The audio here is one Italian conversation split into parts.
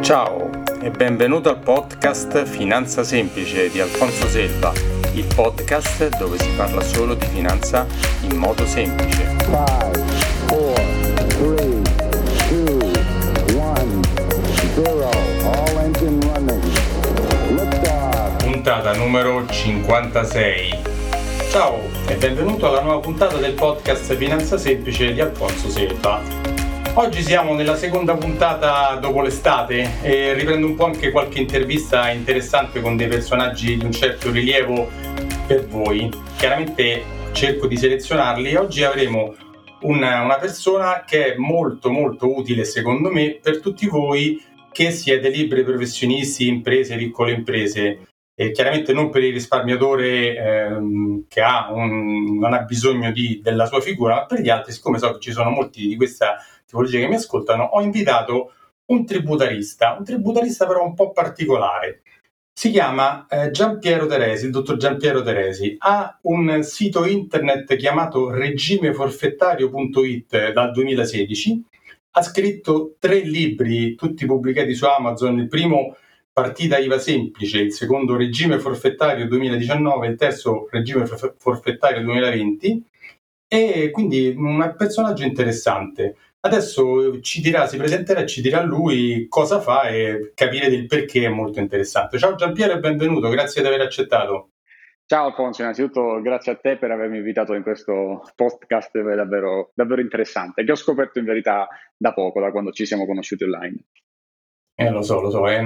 Ciao e benvenuto al podcast Finanza Semplice di Alfonso Selva, il podcast dove si parla solo di finanza in modo semplice. 5, 4, 3, 2, 1, 0, all engine running. Liftoff. Puntata numero 56. Ciao e benvenuto alla nuova puntata del podcast Finanza Semplice di Alfonso Selva. Oggi siamo nella seconda puntata dopo l'estate e riprendo un po' anche qualche intervista interessante con dei personaggi di un certo rilievo per voi. Chiaramente cerco di selezionarli. Oggi avremo una persona che è molto utile secondo me per tutti voi che siete liberi professionisti, imprese, piccole imprese. E chiaramente non per il risparmiatore che non ha bisogno della sua figura, ma per gli altri, siccome so che ci sono molti di questa tipologia che mi ascoltano, ho invitato un tributarista però un po' particolare. Si chiama Giampiero Teresi, il dottor Giampiero Teresi. Ha un sito internet chiamato regimeforfettario.it dal 2016. Ha scritto 3 libri, tutti pubblicati su Amazon. Il primo, Partita IVA semplice, il secondo Regime forfettario 2019, il terzo Regime forfettario 2020, e quindi un personaggio interessante. Adesso si presenterà e ci dirà lui cosa fa e capire del perché è molto interessante. Ciao Giampiero e benvenuto, grazie di aver accettato. Ciao Alfonso, innanzitutto grazie a te per avermi invitato in questo podcast davvero interessante, che ho scoperto in verità da poco, da quando ci siamo conosciuti online. Lo so,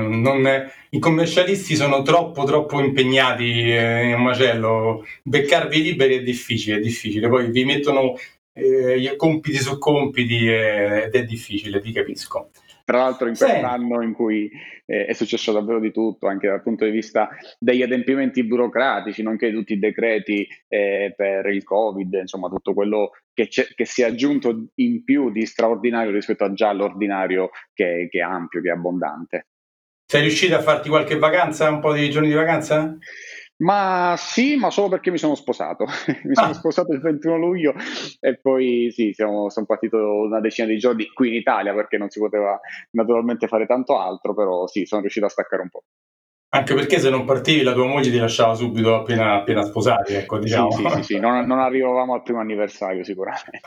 i commercialisti sono troppo impegnati in un macello. Beccarvi liberi è difficile, poi vi mettono compiti su compiti ed è difficile, vi capisco. Tra l'altro in quest'anno in cui è successo davvero di tutto, anche dal punto di vista degli adempimenti burocratici, nonché tutti i decreti per il Covid, insomma tutto quello che si è aggiunto in più di straordinario rispetto a già l'ordinario che è ampio, che è abbondante. Sei riuscito a farti qualche vacanza, un po' di giorni di vacanza? Ma sì, ma solo perché mi sono sposato. Sono sposato il 21 luglio e poi sì, sono partito una decina di giorni qui in Italia perché non si poteva naturalmente fare tanto altro, però sì, sono riuscito a staccare un po'. Anche perché se non partivi la tua moglie ti lasciava subito appena sposati, ecco, diciamo. Sì, non arrivavamo al primo anniversario sicuramente.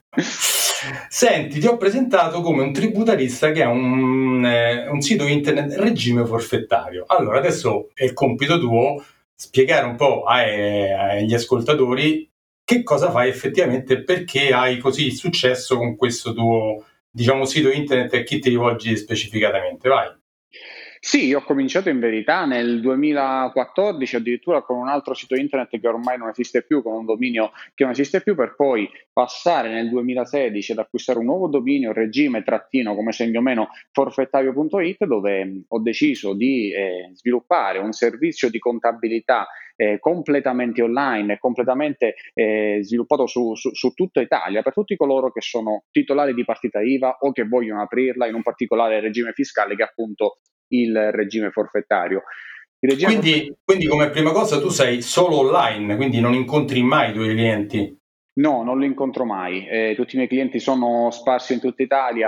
Senti, ti ho presentato come un tributarista che ha un sito internet regime forfettario. Allora, adesso è il compito tuo spiegare un po' agli ascoltatori che cosa fai effettivamente, perché hai così successo con questo tuo, diciamo, sito internet e a chi ti rivolgi specificatamente. Vai. Sì, ho cominciato in verità nel 2014 addirittura con un altro sito internet che ormai non esiste più, con un dominio che non esiste più, per poi passare nel 2016 ad acquistare un nuovo dominio, regime trattino come segno meno forfettario.it, dove ho deciso di sviluppare un servizio di contabilità completamente online e completamente sviluppato su tutta Italia per tutti coloro che sono titolari di partita IVA o che vogliono aprirla in un particolare regime fiscale che è appunto il regime forfettario. Quindi come prima cosa tu sei solo online, quindi non incontri mai i tuoi clienti? No, non li incontro mai. Tutti i miei clienti sono sparsi in tutta Italia,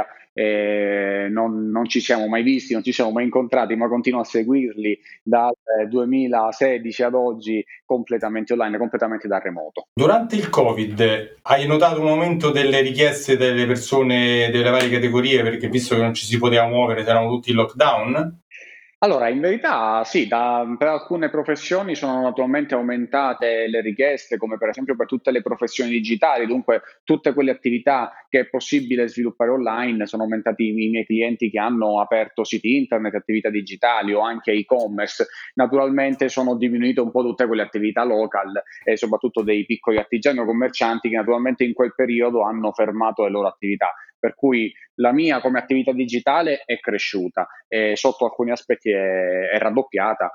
non ci siamo mai visti, non ci siamo mai incontrati, ma continuo a seguirli dal 2016 ad oggi completamente online, completamente da remoto. Durante il Covid hai notato un aumento delle richieste delle persone delle varie categorie, perché visto che non ci si poteva muovere, erano tutti in lockdown? Allora, in verità sì, per alcune professioni sono naturalmente aumentate le richieste, come per esempio per tutte le professioni digitali, dunque tutte quelle attività che è possibile sviluppare online, sono aumentati i miei clienti che hanno aperto siti internet, attività digitali o anche e-commerce. Naturalmente sono diminuite un po' tutte quelle attività local e soprattutto dei piccoli artigiani o commercianti che naturalmente in quel periodo hanno fermato le loro attività. Per cui la mia come attività digitale è cresciuta, sotto alcuni aspetti è raddoppiata,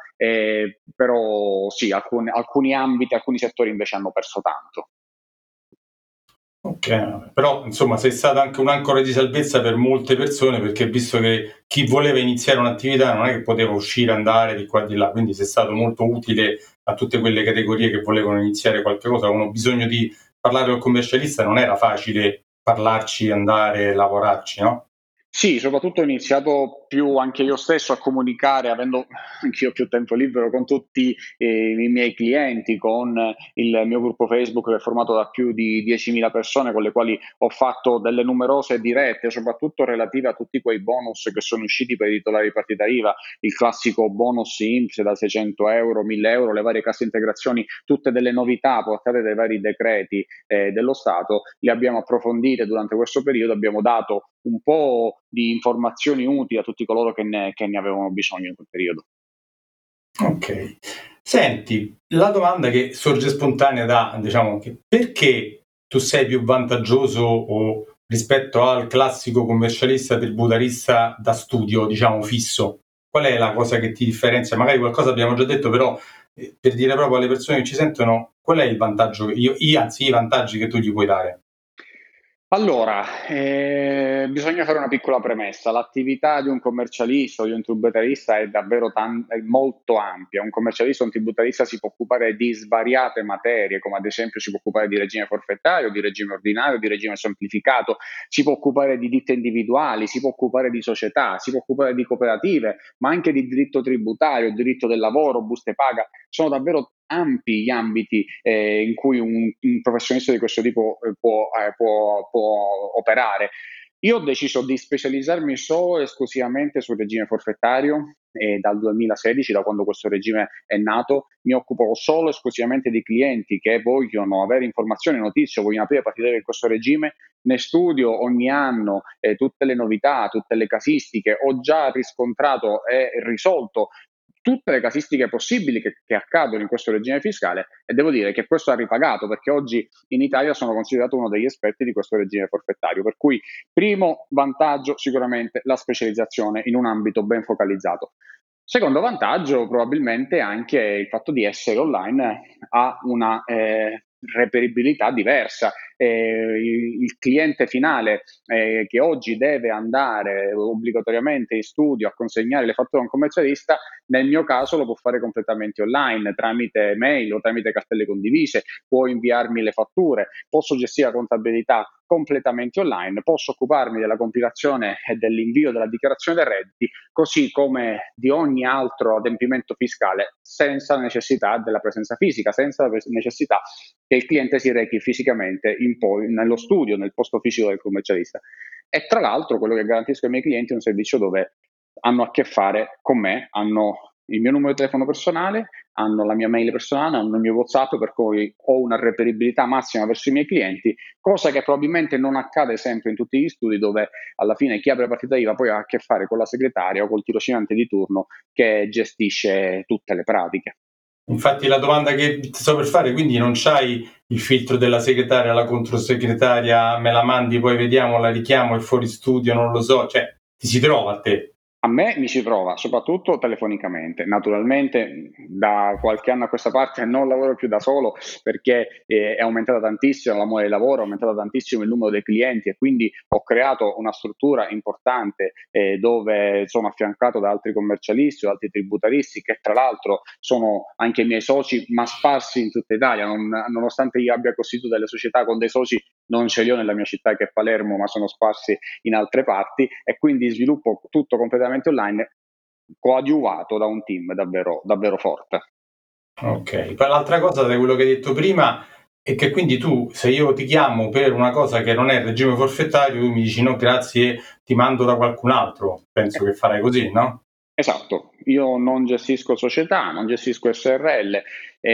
però sì, alcuni ambiti, alcuni settori invece hanno perso tanto. Ok, però insomma sei stata anche un'ancora di salvezza per molte persone, perché visto che chi voleva iniziare un'attività non è che poteva uscire, andare di qua e di là, quindi sei stato molto utile a tutte quelle categorie che volevano iniziare qualche cosa, avevano bisogno di parlare col commercialista, non era facile parlarci, andare, lavorarci, no? Sì, soprattutto ho iniziato più anche io stesso a comunicare, avendo anch'io più tempo anche io stesso a comunicare, avendo anch'io più tempo libero con tutti i miei clienti, con il mio gruppo Facebook che è formato da più di 10.000 persone con le quali ho fatto delle numerose dirette, soprattutto relative a tutti quei bonus che sono usciti per i titolari di partita IVA, il classico bonus INPS da 600 euro, 1000 euro, le varie casse integrazioni, tutte delle novità portate dai vari decreti dello Stato, le abbiamo approfondite durante questo periodo, abbiamo dato un po' di informazioni utili a tutti coloro che ne avevano bisogno in quel periodo. Ok. Senti, la domanda che sorge spontanea diciamo, che perché tu sei più vantaggioso rispetto al classico commercialista tributarista da studio, diciamo, fisso? Qual è la cosa che ti differenzia? Magari qualcosa abbiamo già detto, però per dire proprio alle persone che ci sentono, qual è il vantaggio anzi i vantaggi che tu gli puoi dare? Allora, bisogna fare una piccola premessa. L'attività di un commercialista o di un tributarista è davvero è molto ampia. Un commercialista o un tributarista si può occupare di svariate materie, come ad esempio si può occupare di regime forfettario, di regime ordinario, di regime semplificato, si può occupare di ditte individuali, si può occupare di società, si può occupare di cooperative, ma anche di diritto tributario, diritto del lavoro, buste paga. Sono davvero ampi gli ambiti in cui un professionista di questo tipo può operare. Io ho deciso di specializzarmi solo e esclusivamente sul regime forfettario e dal 2016, da quando questo regime è nato, mi occupo solo e esclusivamente di clienti che vogliono avere informazioni, notizie, vogliono aprire partite in questo regime. Ne studio ogni anno tutte le novità, tutte le casistiche, ho già riscontrato e risolto tutte le casistiche possibili che accadono in questo regime fiscale e devo dire che questo ha ripagato perché oggi in Italia sono considerato uno degli esperti di questo regime forfettario, per cui primo vantaggio sicuramente la specializzazione in un ambito ben focalizzato. Secondo vantaggio probabilmente anche il fatto di essere online ha una reperibilità diversa. Il cliente finale che oggi deve andare obbligatoriamente in studio a consegnare le fatture a un commercialista, nel mio caso lo può fare completamente online, tramite mail o tramite cartelle condivise, può inviarmi le fatture, posso gestire la contabilità completamente online, posso occuparmi della compilazione e dell'invio della dichiarazione dei redditi, così come di ogni altro adempimento fiscale, senza la necessità della presenza fisica, senza la necessità che il cliente si rechi fisicamente nello studio, nel posto fisico del commercialista. E tra l'altro quello che garantisco ai miei clienti è un servizio dove hanno a che fare con me, hanno il mio numero di telefono personale, hanno la mia mail personale, hanno il mio WhatsApp, per cui ho una reperibilità massima verso i miei clienti, cosa che probabilmente non accade sempre in tutti gli studi, dove alla fine chi apre partita IVA poi ha a che fare con la segretaria o col tirocinante di turno che gestisce tutte le pratiche. Infatti la domanda che ti sto per fare, quindi non c'hai il filtro della segretaria, la controsegretaria, me la mandi, poi vediamo, la richiamo, è fuori studio, non lo so, cioè ti si trova a te. A me mi ci prova, soprattutto telefonicamente. Naturalmente da qualche anno a questa parte non lavoro più da solo perché è aumentata tantissimo la mole di lavoro, è aumentato tantissimo il numero dei clienti e quindi ho creato una struttura importante dove sono affiancato da altri commercialisti o altri tributaristi che tra l'altro sono anche i miei soci ma sparsi in tutta Italia, nonostante io abbia costituito delle società con dei soci, non ce li ho nella mia città che è Palermo, ma sono sparsi in altre parti e quindi sviluppo tutto completamente online, coadiuvato da un team davvero, davvero forte. Ok, poi l'altra cosa da quello che hai detto prima è che quindi tu, se io ti chiamo per una cosa che non è il regime forfettario, tu mi dici no grazie, ti mando da qualcun altro, penso che farai così, no? Esatto, io non gestisco società, non gestisco SRL.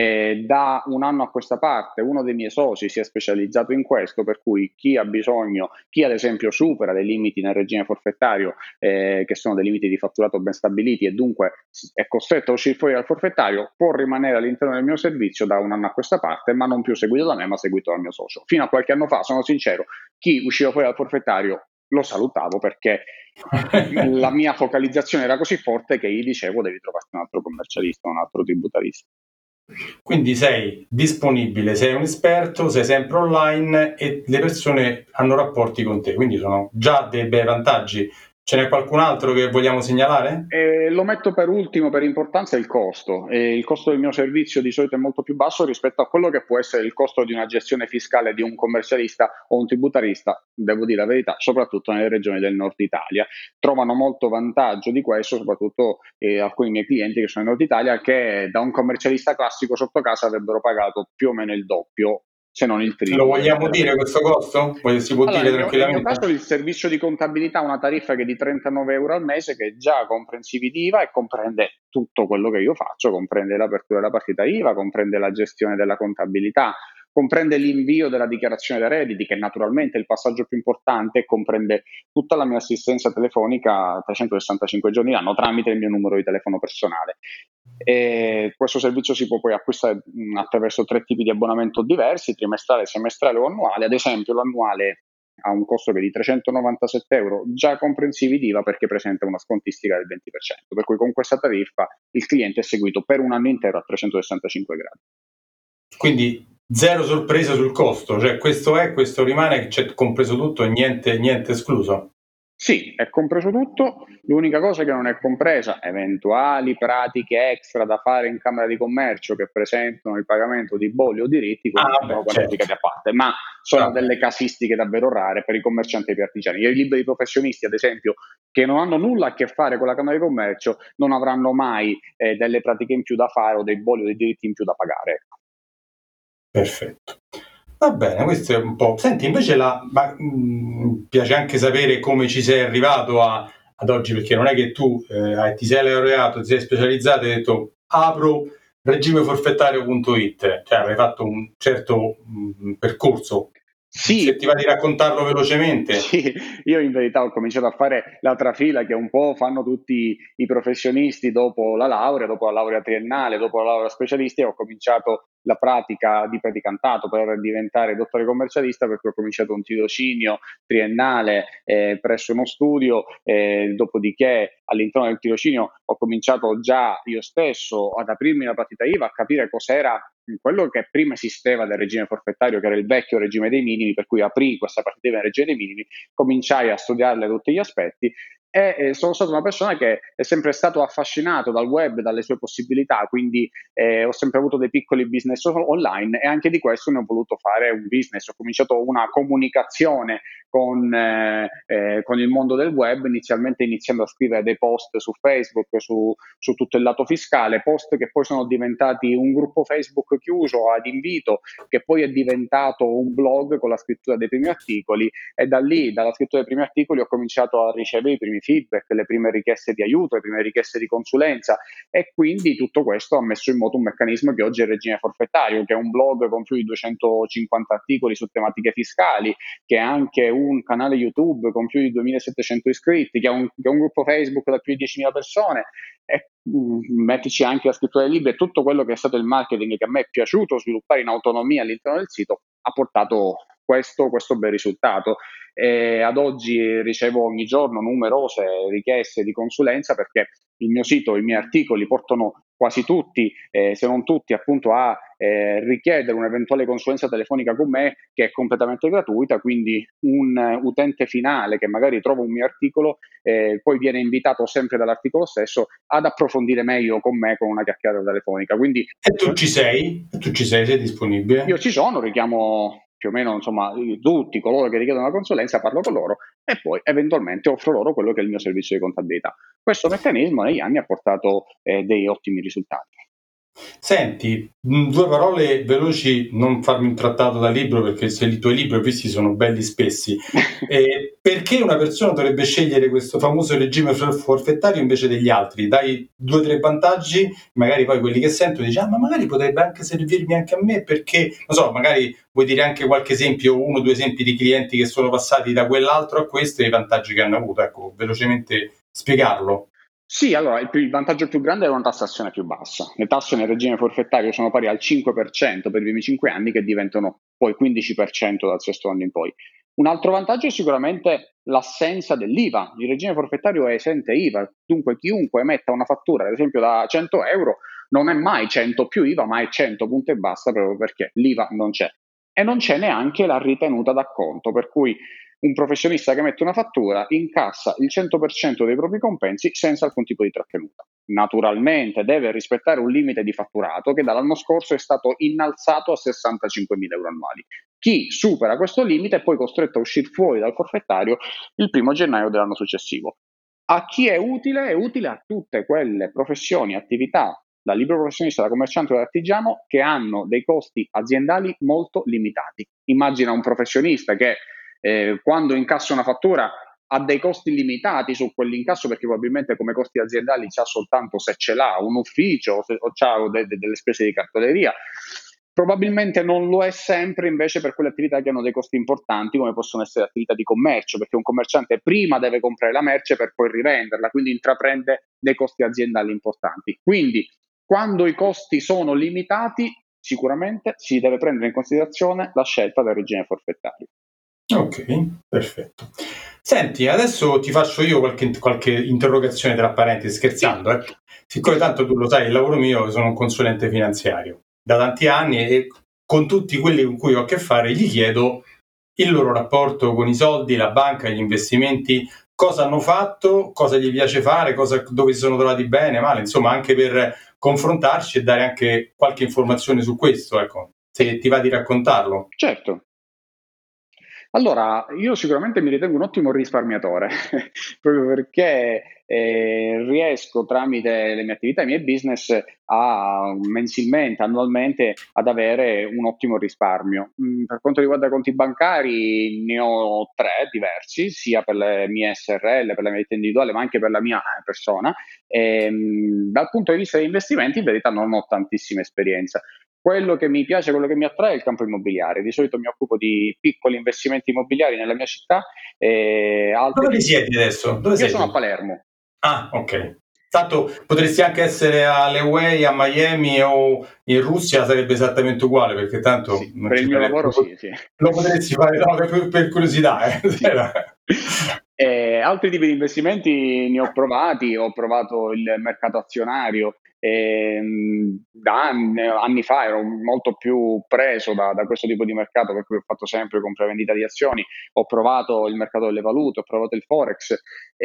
Da un anno a questa parte uno dei miei soci si è specializzato in questo, per cui chi ha bisogno, chi ad esempio supera dei limiti nel regime forfettario, che sono dei limiti di fatturato ben stabiliti e dunque è costretto a uscire fuori dal forfettario, può rimanere all'interno del mio servizio da un anno a questa parte, ma non più seguito da me, ma seguito dal mio socio. Fino a qualche anno fa, sono sincero, chi usciva fuori dal forfettario lo salutavo perché la mia focalizzazione era così forte che gli dicevo devi trovarti un altro commercialista, un altro tributarista. Quindi sei disponibile, sei un esperto, sei sempre online e le persone hanno rapporti con te, quindi sono già dei bei vantaggi. Ce n'è qualcun altro che vogliamo segnalare? Lo metto per ultimo per importanza il costo. Il costo del mio servizio di solito è molto più basso rispetto a quello che può essere il costo di una gestione fiscale di un commercialista o un tributarista, devo dire la verità, soprattutto nelle regioni del nord Italia. Trovano molto vantaggio di questo, soprattutto alcuni miei clienti che sono in nord Italia, che da un commercialista classico sotto casa avrebbero pagato più o meno il doppio, se non il Lo triplo vogliamo dire veramente. questo costo? Si può Allora, dire nel mio caso tranquillamente? il servizio di contabilità ha una tariffa che è di 39 euro al mese, che è già comprensivi di IVA e comprende tutto quello che io faccio, comprende l'apertura della partita IVA, comprende la gestione della contabilità, comprende l'invio della dichiarazione dei redditi, che naturalmente è il passaggio più importante, e comprende tutta la mia assistenza telefonica 365 giorni l'anno tramite il mio numero di telefono personale. E questo servizio si può poi acquistare attraverso 3 tipi di abbonamento diversi: trimestrale, semestrale o annuale. Ad esempio, l'annuale ha un costo che è di 397 euro, già comprensivi di IVA, perché presenta una scontistica del 20%, per cui con questa tariffa il cliente è seguito per un anno intero a 365 gradi. Quindi zero sorpresa sul costo, cioè questo rimane, c'è compreso tutto e niente escluso. Sì, è compreso tutto, l'unica cosa che non è compresa, eventuali pratiche extra da fare in Camera di Commercio che presentano il pagamento di bolli o diritti, quelli Ah, vengono beh, certo. quantificati a parte, ma sono Vabbè. delle casistiche davvero rare per i commercianti e gli artigiani. I liberi professionisti, ad esempio, che non hanno nulla a che fare con la Camera di Commercio, non avranno mai delle pratiche in più da fare o dei bolli o dei diritti in più da pagare. Ecco. Perfetto. Va bene, questo è un po'. Senti, invece piace anche sapere come ci sei arrivato ad oggi, perché non è che tu ti sei laureato, ti sei specializzato e hai detto apro regimeforfettario.it, cioè avevi fatto un certo percorso. Se Sì, ti va di raccontarlo velocemente. sì, io in verità ho cominciato a fare la trafila che un po' fanno tutti i professionisti dopo la laurea triennale, dopo la laurea specialistica. Ho cominciato la pratica di praticantato per diventare dottore commercialista, perché ho cominciato un tirocinio triennale presso uno studio, dopodiché all'interno del tirocinio ho cominciato già io stesso ad aprirmi la partita IVA, a capire cos'era quello che prima esisteva del regime forfettario, che era il vecchio regime dei minimi, per cui aprì questa partita IVA nel regime dei minimi, cominciai a studiarle tutti gli aspetti e sono stata una persona che è sempre stato affascinato dal web, dalle sue possibilità, quindi ho sempre avuto dei piccoli business online e anche di questo ne ho voluto fare un business. Ho cominciato una comunicazione con il mondo del web, inizialmente iniziando a scrivere dei post su Facebook, su tutto il lato fiscale, post che poi sono diventati un gruppo Facebook chiuso ad invito, che poi è diventato un blog con la scrittura dei primi articoli, e da lì, dalla scrittura dei primi articoli, ho cominciato a ricevere i primi feedback, le prime richieste di aiuto, le prime richieste di consulenza, e quindi tutto questo ha messo in moto un meccanismo che oggi è il regime forfettario, che è un blog con più di 250 articoli su tematiche fiscali, che è anche un canale YouTube con più di 2700 iscritti, che è un gruppo Facebook da più di 10.000 persone, e mettici anche la scrittura dei libri e tutto quello che è stato il marketing che a me è piaciuto sviluppare in autonomia all'interno del sito, ha portato questo bel risultato. E ad oggi ricevo ogni giorno numerose richieste di consulenza, perché il mio sito, i miei articoli portano quasi tutti, se non tutti, appunto a richiedere un'eventuale consulenza telefonica con me, che è completamente gratuita. Quindi un utente finale che magari trova un mio articolo poi viene invitato sempre dall'articolo stesso ad approfondire meglio con me con una chiacchierata telefonica. Quindi E tu ci sei? E tu ci sei io disponibile? ci sono, richiamo più o meno insomma tutti coloro che richiedono la consulenza, parlo con loro e poi eventualmente offro loro quello che è il mio servizio di contabilità. Questo meccanismo negli anni ha portato dei ottimi risultati. Senti, due parole veloci, non farmi un trattato da libro, perché se i tuoi libri visti sono belli spessi. Perché una persona dovrebbe scegliere questo famoso regime forfettario invece degli altri? Dai 2 o 3 vantaggi, magari poi quelli che sento dicono, ma magari potrebbe anche servirmi anche a me, perché, non so, magari vuoi dire anche qualche esempio, 1 o 2 esempi di clienti che sono passati da quell'altro a questo e i vantaggi che hanno avuto, ecco, velocemente spiegarlo. Sì, allora il vantaggio più grande è una tassazione più bassa. Le tasse nel regime forfettario sono pari al 5% per i primi 5 anni, che diventano poi 15% dal sesto anno in poi. Un altro vantaggio è sicuramente l'assenza dell'IVA. Il regime forfettario è esente IVA, dunque chiunque emetta una fattura, ad esempio da 100 euro, non è mai 100 più IVA, ma è 100 punto e basta, proprio perché l'IVA non c'è. E non c'è neanche la ritenuta d'acconto, per cui un professionista che mette una fattura incassa il 100% dei propri compensi senza alcun tipo di trattenuta. Naturalmente deve rispettare un limite di fatturato che dall'anno scorso è stato innalzato a 65.000 euro annuali. Chi supera questo limite è poi costretto a uscire fuori dal forfettario il 1° gennaio dell'anno successivo. A chi è utile? È utile a tutte quelle professioni, attività, da libero professionista, da commerciante o da artigiano, che hanno dei costi aziendali molto limitati. Immagina un professionista che quando incassa una fattura ha dei costi limitati su quell'incasso, perché probabilmente come costi aziendali c'ha soltanto se ce l'ha un ufficio o c'ha delle spese di cartoleria. Probabilmente non lo è sempre invece per quelle attività che hanno dei costi importanti, come possono essere attività di commercio, perché un commerciante prima deve comprare la merce per poi rivenderla, quindi intraprende dei costi aziendali importanti. Quindi, quando i costi sono limitati, sicuramente si deve prendere in considerazione la scelta del regime forfettario. Ok, perfetto. Senti, adesso ti faccio io qualche interrogazione tra parentesi, scherzando, Siccome tanto tu lo sai, il lavoro mio, io sono un consulente finanziario da tanti anni e con tutti quelli con cui ho a che fare gli chiedo il loro rapporto con i soldi, la banca, gli investimenti, cosa hanno fatto, cosa gli piace fare, dove si sono trovati bene, male, insomma, anche per confrontarci e dare anche qualche informazione su questo, ecco, se ti va di raccontarlo. Certo. Allora, io sicuramente mi ritengo un ottimo risparmiatore, proprio perché riesco tramite le mie attività, i miei business, a mensilmente, annualmente, ad avere un ottimo risparmio. Per quanto riguarda i conti bancari, ne ho 3 diversi, sia per le mie SRL, per la mia vita individuale, ma anche per la mia persona. Dal punto di vista degli investimenti, in verità non ho tantissima esperienza. Quello che mi piace, quello che mi attrae è il campo immobiliare. Di solito mi occupo di piccoli investimenti immobiliari nella mia città e altri. Dove risiedi adesso? Dove Io sei sono tu? a Palermo. Ah, ok. Tanto potresti anche essere alle Hawaii, a Miami o in Russia, sarebbe esattamente uguale, perché tanto Sì, non per il ci mio lavoro sì, sì. lo potresti fare, no, per curiosità, Sì. Altri tipi di investimenti ne ho provati, ho provato il mercato azionario, da anni fa ero molto più preso da questo tipo di mercato, per cui ho fatto sempre compravendita di azioni, ho provato il mercato delle valute, ho provato il Forex,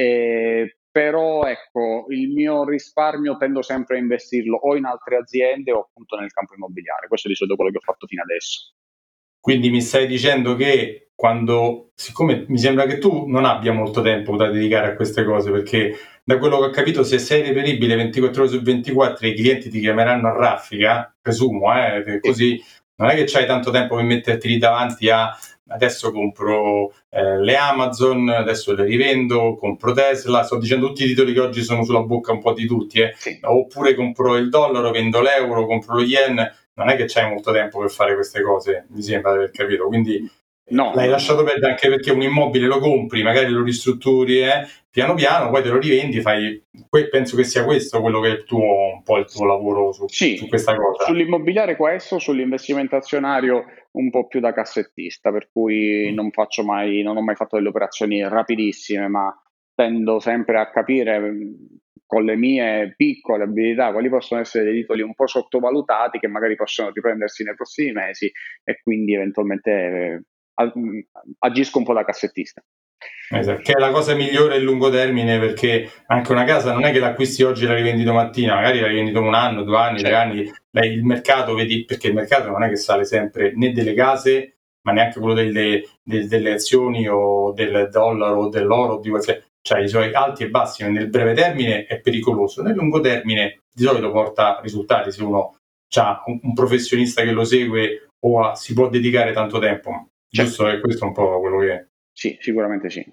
però ecco, il mio risparmio tendo sempre a investirlo o in altre aziende o appunto nel campo immobiliare. Questo è di solito quello che ho fatto fino adesso. Quindi mi stai dicendo che siccome mi sembra che tu non abbia molto tempo da dedicare a queste cose, perché da quello che ho capito, se sei reperibile 24 ore su 24, i clienti ti chiameranno a raffica, presumo, Sì. così non è che c'hai tanto tempo per metterti lì davanti adesso compro le Amazon, adesso le rivendo, compro Tesla, sto dicendo tutti i titoli che oggi sono sulla bocca un po' di tutti, Sì. oppure compro il dollaro, vendo l'euro, compro lo yen, non è che c'hai molto tempo per fare queste cose, mi sembra di aver capito, quindi No, l'hai no, lasciato no. perdere anche perché un immobile lo compri, magari lo ristrutturi, piano piano, poi te lo rivendi, penso che sia questo quello che è un po' il tuo lavoro su Sì, questa cosa. sull'immobiliare questo, sull'investimento azionario un po' più da cassettista, per cui non ho mai fatto delle operazioni rapidissime, ma tendo sempre a capire con le mie piccole abilità quali possono essere dei titoli un po' sottovalutati che magari possono riprendersi nei prossimi mesi e quindi eventualmente agisco un po' da cassettista. Esatto, che è la cosa migliore a lungo termine, perché anche una casa non è che l'acquisti oggi e la rivendi domattina, magari la rivendi dopo 1 anno, 2 anni, 3 Certo, anni, il mercato, vedi, perché il mercato non è che sale sempre né delle case, ma neanche quello delle azioni o del dollaro o dell'oro, cioè i suoi alti e bassi nel breve termine è pericoloso, nel lungo termine di solito porta risultati se uno ha un professionista che lo segue o si può dedicare tanto tempo, giusto? certo. E questo è un po' quello che è. Sì, sicuramente sì.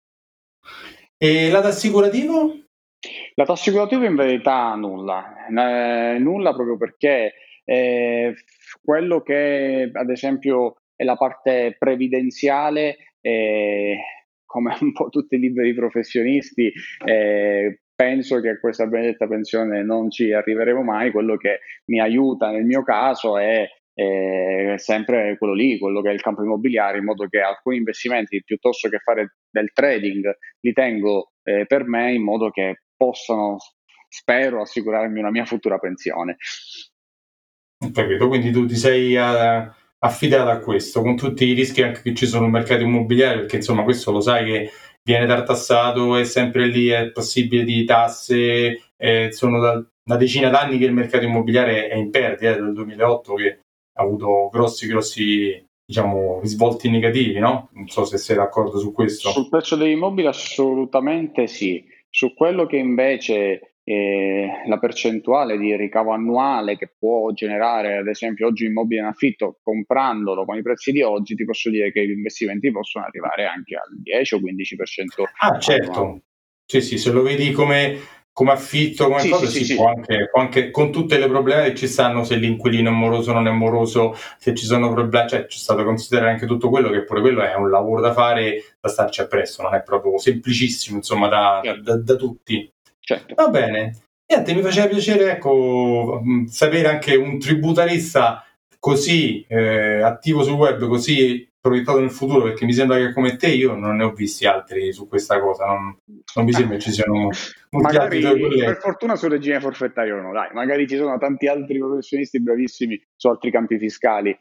E lato assicurativo? Lato assicurativo in verità nulla, nulla proprio perché quello che ad esempio è la parte previdenziale, come un po' tutti i liberi professionisti, penso che a questa benedetta pensione non ci arriveremo mai. Quello che mi aiuta nel mio caso è sempre quello lì, quello che è il campo immobiliare, in modo che alcuni investimenti, piuttosto che fare del trading, li tengo per me, in modo che possano, spero, assicurarmi una mia futura pensione. Ho capito, quindi tu ti sei affidata a questo, con tutti i rischi anche che ci sono nel mercato immobiliare, perché insomma questo lo sai che viene tartassato, è sempre lì, è passibile di tasse, sono da una decina d'anni che il mercato immobiliare è in perdita, dal 2008 che ha avuto grossi diciamo risvolti negativi, no? Non so se sei d'accordo su questo. Sul prezzo degli immobili assolutamente sì. Su quello che invece la percentuale di ricavo annuale che può generare, ad esempio, oggi un immobile in affitto, comprandolo con i prezzi di oggi, ti posso dire che gli investimenti possono arrivare anche al 10 o 15% Ah, annuale. certo. Sì, se lo vedi come affitto, come cosa, Sì. può anche con tutte le problematiche che ci stanno, se l'inquilino è moroso o non è moroso, se ci sono problemi, cioè c'è stato da considerare anche tutto quello, che pure quello è un lavoro da fare, da starci appresso, non è proprio semplicissimo, insomma, da tutti. Certo. Va bene. Niente, mi faceva piacere, ecco, sapere anche un tributarista così attivo sul web, così proiettato nel futuro, perché mi sembra che come te io non ne ho visti altri su questa cosa, non mi sembra che ci siano molti altri tuoi Magari colleghi. per fortuna sul regime forfettario no, dai, magari ci sono tanti altri professionisti bravissimi su altri campi fiscali,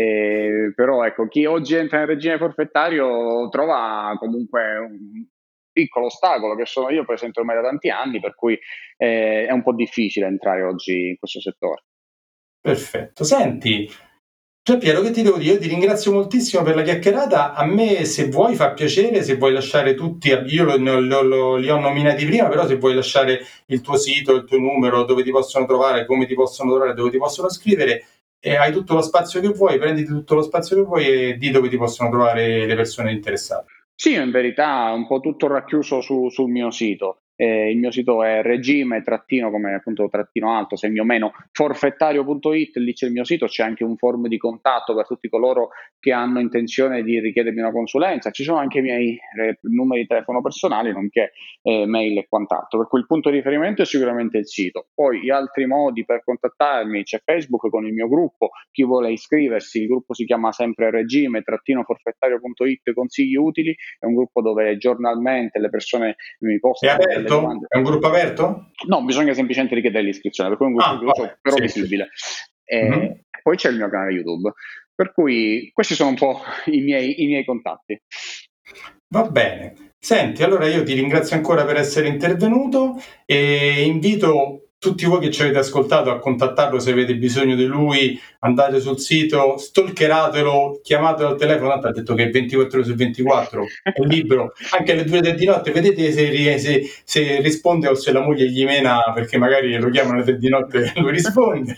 però ecco, chi oggi entra nel regime forfettario trova comunque un piccolo ostacolo, che sono io presente ormai da tanti anni, per cui è un po' difficile entrare oggi in questo settore. Perfetto. Senti, Giampiero, che ti devo dire? Io ti ringrazio moltissimo per la chiacchierata. A me, se vuoi, fa piacere, se vuoi lasciare tutti, io li ho nominati prima, però se vuoi lasciare il tuo sito, il tuo numero, dove ti possono trovare, come ti possono trovare, dove ti possono scrivere, hai tutto lo spazio che vuoi, prenditi tutto lo spazio che vuoi e di dove ti possono trovare le persone interessate. Sì, in verità un po' tutto racchiuso sul mio sito. Il mio sito è regime trattino, come appunto trattino alto, segno meno, forfettario.it, lì c'è il mio sito, c'è anche un form di contatto per tutti coloro che hanno intenzione di richiedermi una consulenza, ci sono anche i miei numeri di telefono personali, nonché mail e quant'altro, per cui il punto di riferimento è sicuramente il sito. Poi gli altri modi per contattarmi, c'è Facebook con il mio gruppo, chi vuole iscriversi, il gruppo si chiama sempre regime-forfettario.it consigli utili, è un gruppo dove giornalmente le persone mi postano delle domande. È un gruppo aperto? No, bisogna semplicemente richiedere l'iscrizione, per cui è un gruppo chiuso, però visibile. Poi c'è il mio canale YouTube, per cui questi sono un po' i miei contatti. Va bene. Senti, allora io ti ringrazio ancora per essere intervenuto e invito tutti voi che ci avete ascoltato a contattarlo se avete bisogno di lui, andate sul sito, stalkeratelo, chiamatelo al telefono, tanto ha detto che è 24 ore su 24, è libero, anche alle 2 di notte, vedete se risponde o se la moglie gli mena, perché magari lo chiamano alle 3 di notte e lui risponde.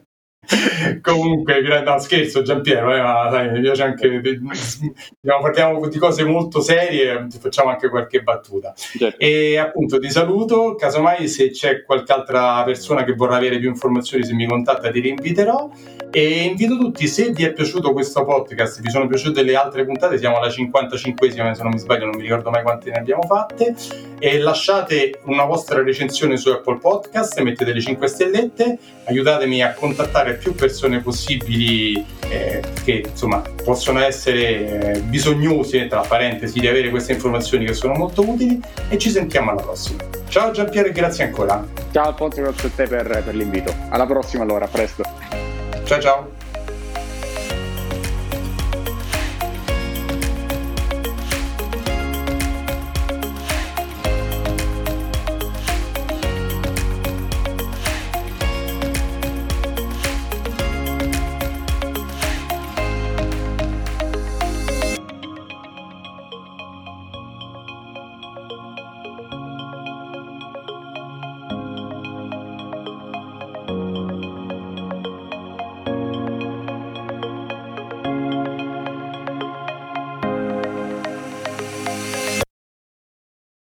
Comunque, no, scherzo Giampiero, ma sai, mi piace anche parliamo di cose molto serie, facciamo anche qualche battuta. Certo. E appunto ti saluto, casomai se c'è qualche altra persona che vorrà avere più informazioni, se mi contatta ti rinviterò, e invito tutti, se vi è piaciuto questo podcast, vi sono piaciute le altre puntate, siamo alla 55esima se non mi sbaglio, non mi ricordo mai quante ne abbiamo fatte, e lasciate una vostra recensione su Apple Podcast, mettete le 5 stellette, aiutatemi a contattare più persone possibili che insomma possono essere bisognose, tra parentesi, di avere queste informazioni che sono molto utili, e ci sentiamo alla prossima. Ciao Giampiero e grazie ancora. Ciao Alfonso, grazie a te per l'invito. Alla prossima allora, a presto. Ciao ciao.